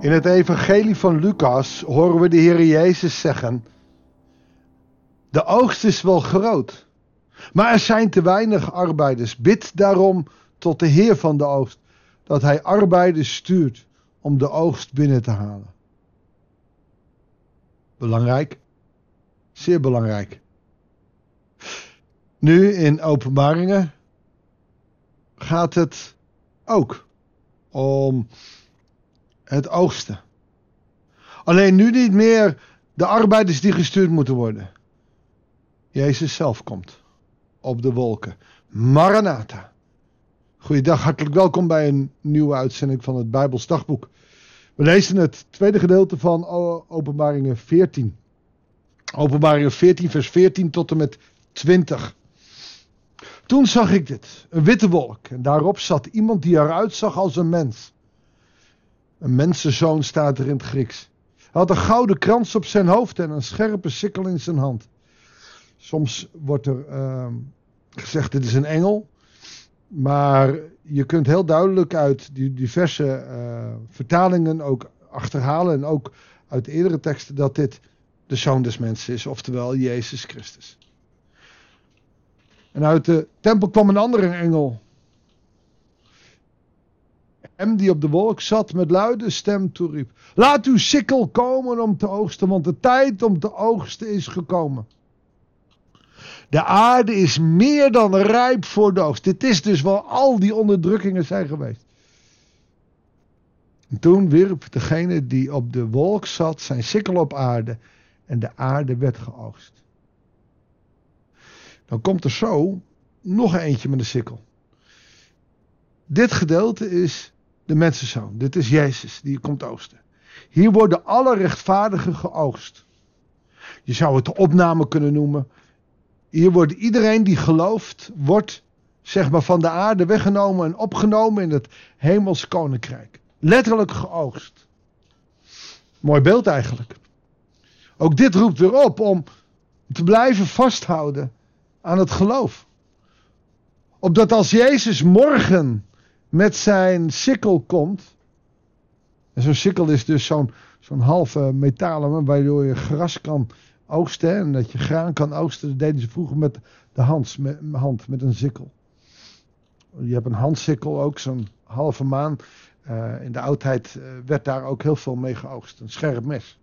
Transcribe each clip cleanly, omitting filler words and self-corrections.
In het evangelie van Lucas horen we de Heer Jezus zeggen: de oogst is wel groot, maar er zijn te weinig arbeiders. Bid daarom tot de Heer van de oogst, dat hij arbeiders stuurt om de oogst binnen te halen. Belangrijk, zeer belangrijk. Nu in Openbaringen gaat het ook om het oogsten. Alleen nu niet meer de arbeiders die gestuurd moeten worden. Jezus zelf komt op de wolken. Maranatha. Goeiedag, hartelijk welkom bij een nieuwe uitzending van het Bijbels Dagboek. We lezen het tweede gedeelte van Openbaringen 14. Openbaringen 14 vers 14 tot en met 20. Toen zag ik dit, een witte wolk, en daarop zat iemand die eruit zag als een mens. Een mensenzoon staat er in het Grieks. Hij had een gouden krans op zijn hoofd en een scherpe sikkel in zijn hand. Soms wordt er gezegd, dit is een engel. Maar je kunt heel duidelijk uit die diverse vertalingen ook achterhalen, en ook uit eerdere teksten, dat dit de Zoon des Mensen is, oftewel Jezus Christus. En uit de tempel kwam een andere engel. Hem die op de wolk zat met luide stem toeriep: laat uw sikkel komen om te oogsten, want de tijd om te oogsten is gekomen. De aarde is meer dan rijp voor de oogst. Dit is dus waar al die onderdrukkingen zijn geweest. En toen wierp degene die op de wolk zat zijn sikkel op aarde en de aarde werd geoogst. Dan komt er zo nog eentje met een sikkel. Dit gedeelte is de mensenzoon. Dit is Jezus die komt oogsten. Hier worden alle rechtvaardigen geoogst. Je zou het de opname kunnen noemen. Hier wordt iedereen die gelooft, wordt zeg maar van de aarde weggenomen en opgenomen in het hemels koninkrijk. Letterlijk geoogst. Mooi beeld eigenlijk. Ook dit roept weer op om te blijven vasthouden aan het geloof. Opdat als Jezus morgen met zijn sikkel komt. En zo'n sikkel is dus zo'n halve metalen waardoor je gras kan oogsten. En dat je graan kan oogsten. Dat deden ze vroeger met de hand, met een sikkel. Je hebt een handsikkel ook, zo'n halve maan. In de oudheid werd daar ook heel veel mee geoogst. Een scherp mes.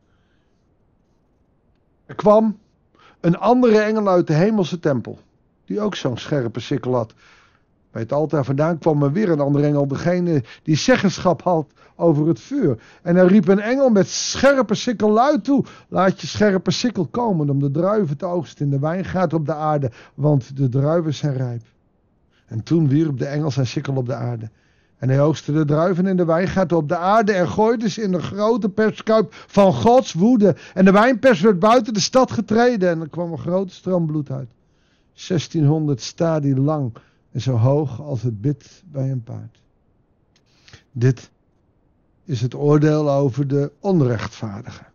Er kwam een andere engel uit de hemelse tempel. Die ook zo'n scherpe sikkel had. Bij het altaar vandaan kwam er weer een andere engel. Degene die zeggenschap had over het vuur. En er riep een engel met scherpe sikkel luid toe: laat je scherpe sikkel komen om de druiven te oogsten in de wijngaard op de aarde. Want de druiven zijn rijp. En toen wierp de engel zijn sikkel op de aarde. En hij oogste de druiven in de wijngaard op de aarde en gooide ze in de grote perskuip van Gods woede. En de wijnpers werd buiten de stad getreden en er kwam een grote stroom bloed uit. 1600 stadie lang en zo hoog als het bit bij een paard. Dit is het oordeel over de onrechtvaardigen.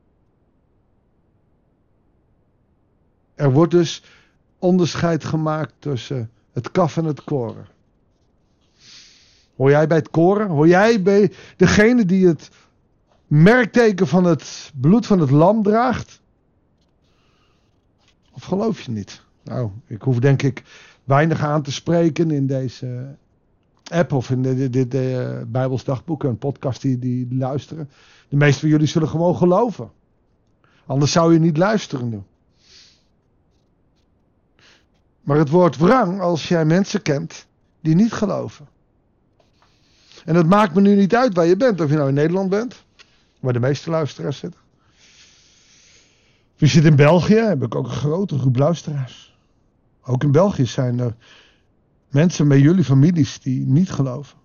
Er wordt dus onderscheid gemaakt tussen het kaf en het koren. Hoor jij bij het koren? Hoor jij bij degene die het merkteken van het bloed van het lam draagt? Of geloof je niet? Nou, ik hoef denk ik weinig aan te spreken in deze app of in dit Bijbels Dagboek, een podcast die luisteren. De meesten van jullie zullen gewoon geloven. Anders zou je niet luisteren nu. Maar het wordt wrang als jij mensen kent die niet geloven. En het maakt me nu niet uit waar je bent. Of je nou in Nederland bent, waar de meeste luisteraars zitten. Of je zit in België, heb ik ook een grote groep luisteraars. Ook in België zijn er mensen met jullie families die niet geloven.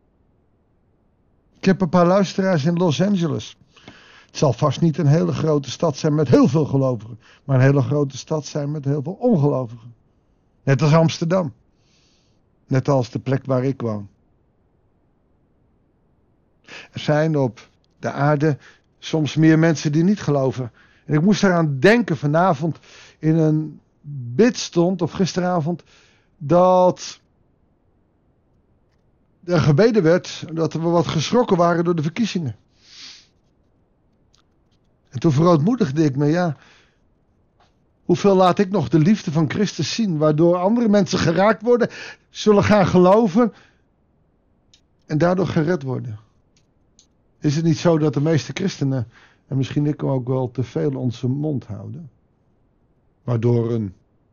Ik heb een paar luisteraars in Los Angeles. Het zal vast niet een hele grote stad zijn met heel veel gelovigen. Maar een hele grote stad zijn met heel veel ongelovigen. Net als Amsterdam. Net als de plek waar ik woon. Er zijn op de aarde soms meer mensen die niet geloven. En ik moest eraan denken vanavond in een bidstond, of gisteravond, dat er gebeden werd dat we wat geschrokken waren door de verkiezingen. En toen verootmoedigde ik me, ja, hoeveel laat ik nog de liefde van Christus zien, waardoor andere mensen geraakt worden, zullen gaan geloven en daardoor gered worden. Is het niet zo dat de meeste christenen, en misschien ik ook wel, te veel onze mond houden? Waardoor een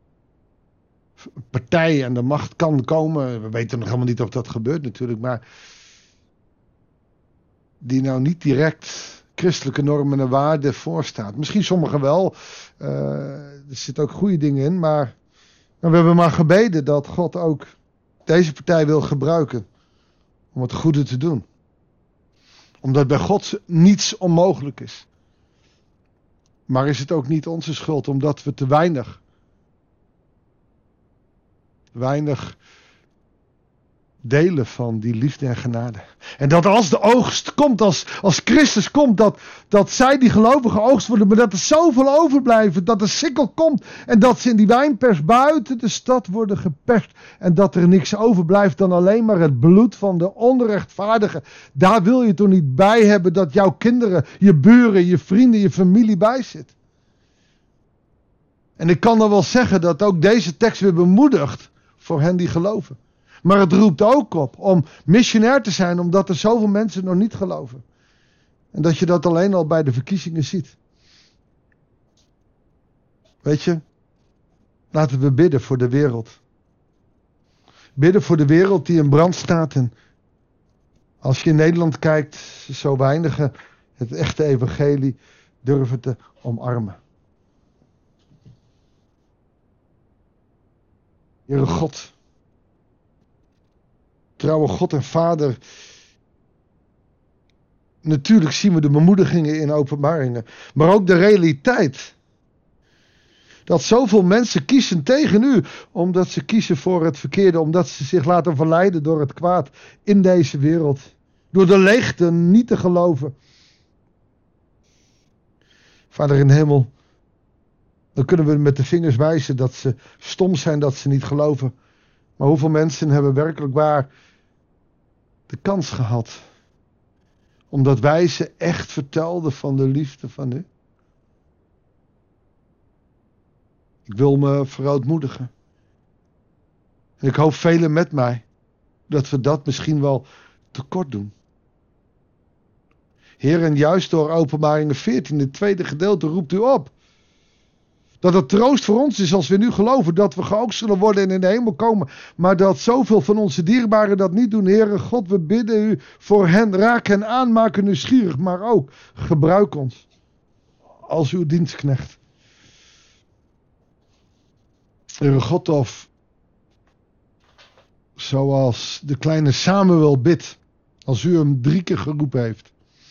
partij aan de macht kan komen, we weten nog helemaal niet of dat gebeurt natuurlijk, maar die nou niet direct christelijke normen en waarden voorstaat. Misschien sommigen wel, er zitten ook goede dingen in, maar we hebben maar gebeden dat God ook deze partij wil gebruiken om het goede te doen. Omdat bij God niets onmogelijk is. Maar is het ook niet onze schuld omdat we te weinig delen van die liefde en genade. En dat als de oogst komt, als Christus komt, dat zij die gelovigen oogst worden, maar dat er zoveel overblijven, dat de sikkel komt en dat ze in die wijnpers buiten de stad worden geperst en dat er niks overblijft dan alleen maar het bloed van de onrechtvaardigen. Daar wil je toch niet bij hebben dat jouw kinderen, je buren, je vrienden, je familie bij zit. En ik kan dan wel zeggen dat ook deze tekst weer bemoedigt voor hen die geloven. Maar het roept ook op om missionair te zijn, omdat er zoveel mensen nog niet geloven. En dat je dat alleen al bij de verkiezingen ziet. Weet je, laten we bidden voor de wereld. Bidden voor de wereld die in brand staat. En als je in Nederland kijkt, zo weinigen het echte evangelie durven te omarmen. Heere God, trouwe God en Vader, natuurlijk zien we de bemoedigingen in Openbaringen, maar ook de realiteit. Dat zoveel mensen kiezen tegen u, omdat ze kiezen voor het verkeerde, omdat ze zich laten verleiden door het kwaad in deze wereld. Door de leegte niet te geloven. Vader in de hemel, dan kunnen we met de vingers wijzen dat ze stom zijn, dat ze niet geloven. Maar hoeveel mensen hebben werkelijk waar de kans gehad, omdat wij ze echt vertelden van de liefde van u? Ik wil me verootmoedigen. En ik hoop velen met mij dat we dat misschien wel tekort doen. Heer, en juist door Openbaringen 14, het tweede gedeelte, roept u op dat het troost voor ons is als we nu geloven dat we geoogst zullen worden en in de hemel komen. Maar dat zoveel van onze dierbaren dat niet doen. Heere God, we bidden u voor hen. Raak hen aan, maak hen nieuwsgierig. Maar ook gebruik ons als uw dienstknecht. Heere God, of zoals de kleine Samuel bidt, als u hem 3 keer geroepen heeft.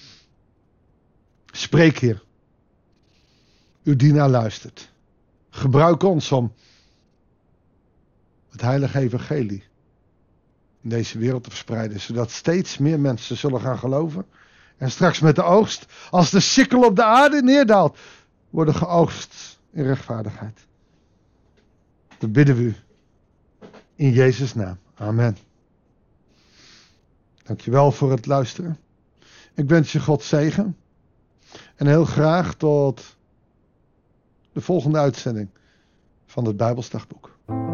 Spreek, Heer. Uw dienaar luistert. Gebruik ons om het heilige evangelie in deze wereld te verspreiden, zodat steeds meer mensen zullen gaan geloven. En straks met de oogst, als de sikkel op de aarde neerdaalt, worden geoogst in rechtvaardigheid. Dat bidden we u in Jezus' naam. Amen. Dankjewel voor het luisteren. Ik wens je God zegen. En heel graag tot de volgende uitzending van het Bijbelsdagboek.